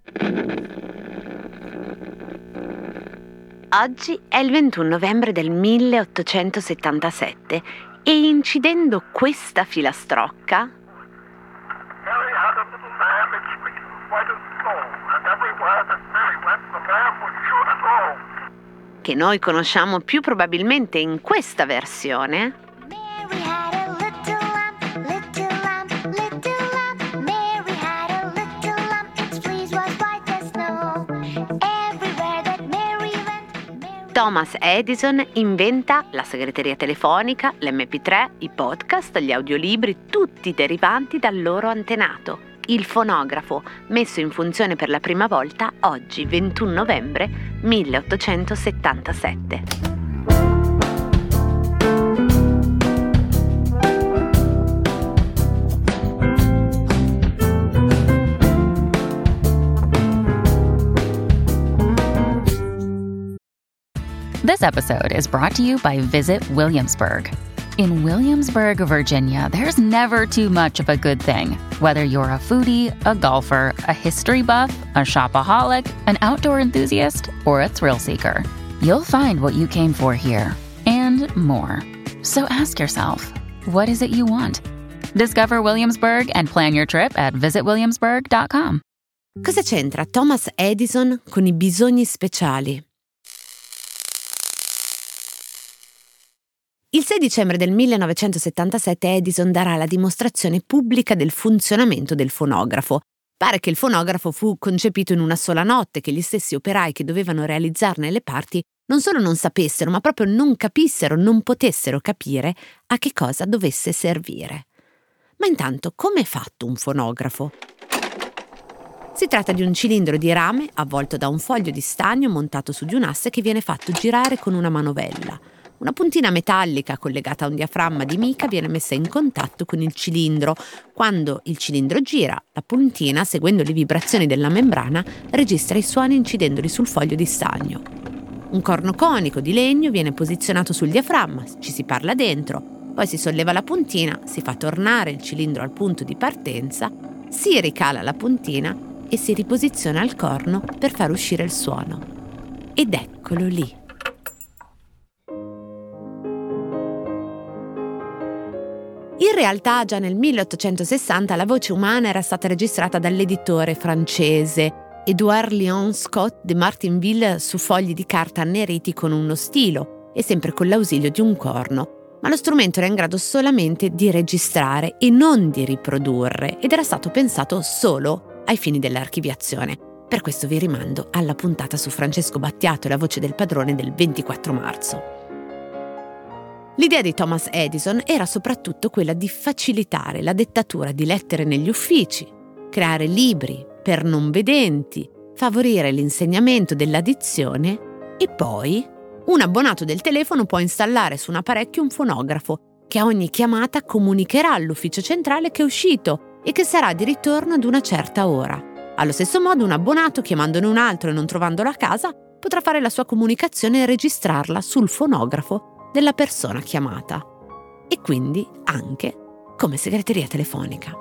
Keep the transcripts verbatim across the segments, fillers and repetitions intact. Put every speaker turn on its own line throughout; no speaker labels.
Oggi è il ventuno novembre del milleottocentosettantasette e incidendo questa filastrocca
Mary had a little lamb, its fleece was white as snow, and everywhere that Mary went, the lamb was sure to go.
che noi conosciamo più probabilmente in questa versione,
Mary had a little lamb, little lamb, little lamb. Mary had a little lamb, its fleece was white as snow. Everywhere that Mary went, Mary...
Thomas Edison inventa la segreteria telefonica, l'emme pi tre, i podcast, gli audiolibri, tutti derivanti dal loro antenato, il fonografo, messo in funzione per la prima volta oggi, ventuno novembre milleottocentosettantasette.
This episode is brought to you by Visit Williamsburg. In Williamsburg, Virginia, there's never too much of a good thing. Whether you're a foodie, a golfer, a history buff, a shopaholic, an outdoor enthusiast, or a thrill seeker, you'll find what you came for here and more. So ask yourself, what is it you want? Discover Williamsburg and plan your trip at visit williamsburg dot com.
Cosa c'entra Thomas Edison con i bisogni speciali? Il sei dicembre del millenovecentosettantasette Edison darà la dimostrazione pubblica del funzionamento del fonografo. Pare che il fonografo fu concepito in una sola notte, che gli stessi operai che dovevano realizzarne le parti non solo non sapessero, ma proprio non capissero, non potessero capire a che cosa dovesse servire. Ma intanto, come è fatto un fonografo? Si tratta di un cilindro di rame avvolto da un foglio di stagno montato su di un asse che viene fatto girare con una manovella. Una puntina metallica collegata a un diaframma di mica viene messa in contatto con il cilindro. Quando il cilindro gira, la puntina, seguendo le vibrazioni della membrana, registra i suoni incidendoli sul foglio di stagno. Un corno conico di legno viene posizionato sul diaframma, ci si parla dentro, poi si solleva la puntina, si fa tornare il cilindro al punto di partenza, si ricala la puntina e si riposiziona il corno per far uscire il suono. Ed eccolo lì. In realtà già nel milleottocentosessanta la voce umana era stata registrata dall'editore francese Édouard Léon Scott de Martinville su fogli di carta anneriti con uno stilo e sempre con l'ausilio di un corno, ma lo strumento era in grado solamente di registrare e non di riprodurre ed era stato pensato solo ai fini dell'archiviazione. Per questo vi rimando alla puntata su Francesco Battiato e la voce del padrone del ventiquattro marzo. L'idea di Thomas Edison era soprattutto quella di facilitare la dettatura di lettere negli uffici, creare libri per non vedenti, favorire l'insegnamento della dizione e poi un abbonato del telefono può installare su un apparecchio un fonografo che a ogni chiamata comunicherà all'ufficio centrale che è uscito e che sarà di ritorno ad una certa ora. Allo stesso modo un abbonato, chiamandone un altro e non trovandolo a casa, potrà fare la sua comunicazione e registrarla sul fonografo della persona chiamata e quindi anche come segreteria telefonica.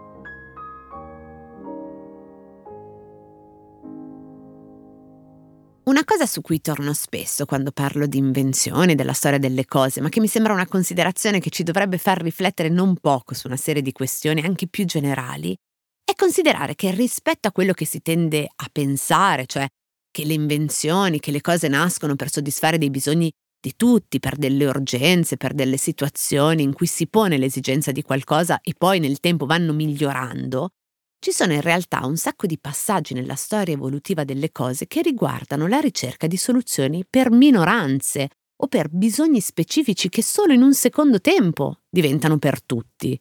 Una cosa su cui torno spesso quando parlo di invenzione, della storia delle cose, ma che mi sembra una considerazione che ci dovrebbe far riflettere non poco su una serie di questioni anche più generali, è considerare che rispetto a quello che si tende a pensare, cioè che le invenzioni, che le cose nascono per soddisfare dei bisogni di tutti, per delle urgenze, per delle situazioni in cui si pone l'esigenza di qualcosa e poi nel tempo vanno migliorando, ci sono in realtà un sacco di passaggi nella storia evolutiva delle cose che riguardano la ricerca di soluzioni per minoranze o per bisogni specifici che solo in un secondo tempo diventano per tutti.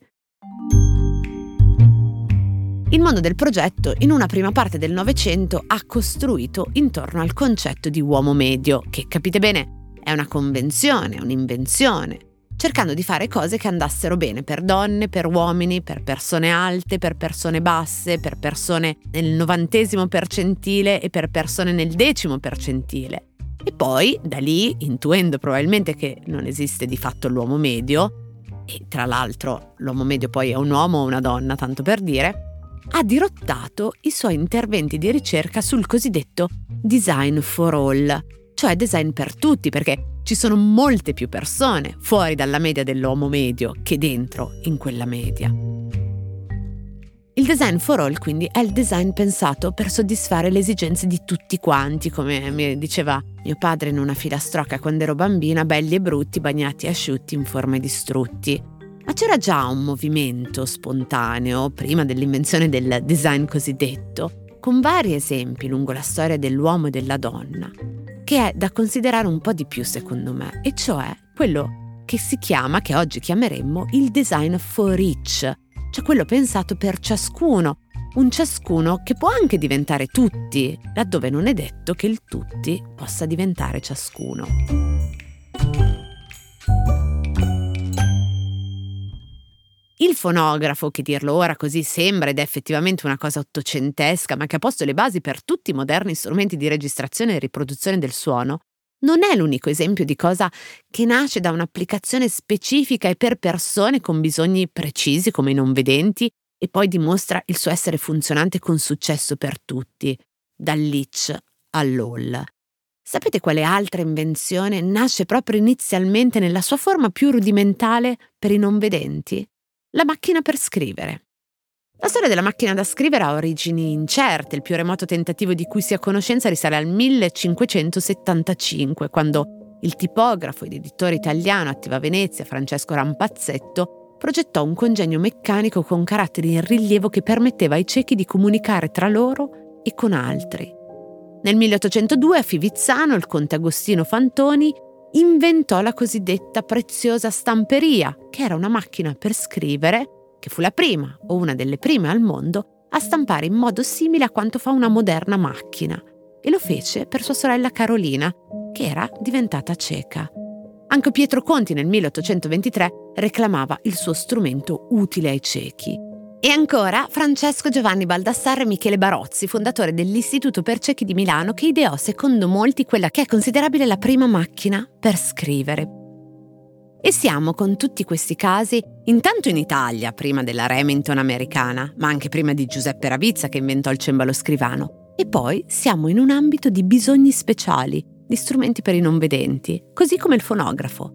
Il mondo del progetto in una prima parte del Novecento ha costruito intorno al concetto di uomo medio, che capite bene è una convenzione, un'invenzione, cercando di fare cose che andassero bene per donne, per uomini, per persone alte, per persone basse, per persone nel novantesimo percentile e per persone nel decimo percentile. E poi, da lì, intuendo probabilmente che non esiste di fatto l'uomo medio, e tra l'altro l'uomo medio poi è un uomo o una donna, tanto per dire, ha dirottato i suoi interventi di ricerca sul cosiddetto design for all, cioè design per tutti, perché ci sono molte più persone fuori dalla media dell'uomo medio che dentro in quella media. Il design for all, quindi, è il design pensato per soddisfare le esigenze di tutti quanti, come mi diceva mio padre in una filastrocca quando ero bambina, belli e brutti, bagnati e asciutti, in forme di strutti. Ma c'era già un movimento spontaneo, prima dell'invenzione del design cosiddetto, con vari esempi lungo la storia dell'uomo e della donna, che è da considerare un po' di più secondo me, e cioè quello che si chiama, che oggi chiameremmo, il design for each, cioè quello pensato per ciascuno, un ciascuno che può anche diventare tutti, laddove non è detto che il tutti possa diventare ciascuno. Il fonografo, che dirlo ora così sembra ed è effettivamente una cosa ottocentesca, ma che ha posto le basi per tutti i moderni strumenti di registrazione e riproduzione del suono, non è l'unico esempio di cosa che nasce da un'applicazione specifica e per persone con bisogni precisi come i non vedenti e poi dimostra il suo essere funzionante con successo per tutti, dall'Itch all'All. Sapete quale altra invenzione nasce proprio inizialmente nella sua forma più rudimentale per i non vedenti? La macchina per scrivere. La storia della macchina da scrivere ha origini incerte. Il più remoto tentativo di cui si ha conoscenza risale al millecinquecentosettantacinque, quando il tipografo ed editore italiano attivo a Venezia, Francesco Rampazzetto, progettò un congegno meccanico con caratteri in rilievo che permetteva ai ciechi di comunicare tra loro e con altri. Nel milleottocentodue a Fivizzano il conte Agostino Fantoni inventò la cosiddetta preziosa stamperia, che era una macchina per scrivere che fu la prima o una delle prime al mondo a stampare in modo simile a quanto fa una moderna macchina, e lo fece per sua sorella Carolina, che era diventata cieca. Anche Pietro Conti nel milleottocentoventitré reclamava il suo strumento utile ai ciechi. E ancora Francesco Giovanni Baldassarre e Michele Barozzi, fondatore dell'Istituto per Ciechi di Milano, che ideò secondo molti quella che è considerabile la prima macchina per scrivere. E siamo con tutti questi casi intanto in Italia, prima della Remington americana, ma anche prima di Giuseppe Ravizza che inventò il cembalo scrivano. E poi siamo in un ambito di bisogni speciali, di strumenti per i non vedenti, così come il fonografo.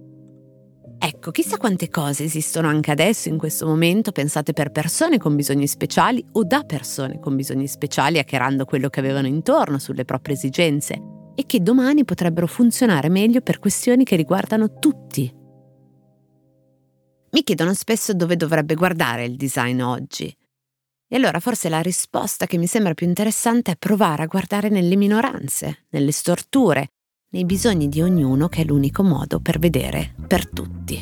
Ecco, chissà quante cose esistono anche adesso in questo momento pensate per persone con bisogni speciali o da persone con bisogni speciali, hackerando quello che avevano intorno sulle proprie esigenze, e che domani potrebbero funzionare meglio per questioni che riguardano tutti. Mi chiedono spesso dove dovrebbe guardare il design oggi. E allora forse la risposta che mi sembra più interessante è provare a guardare nelle minoranze, nelle storture, nei bisogni di ognuno, che è l'unico modo per vedere per tutti.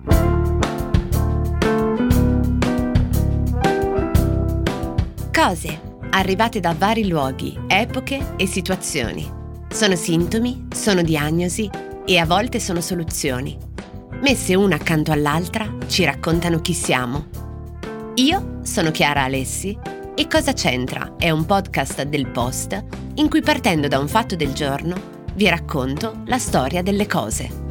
Cose arrivate da vari luoghi, epoche e situazioni. Sono sintomi, sono diagnosi e a volte sono soluzioni. Messe una accanto all'altra, ci raccontano chi siamo. Io sono Chiara Alessi e Cosa c'entra è un podcast del Post in cui, partendo da un fatto del giorno, vi racconto la storia delle cose.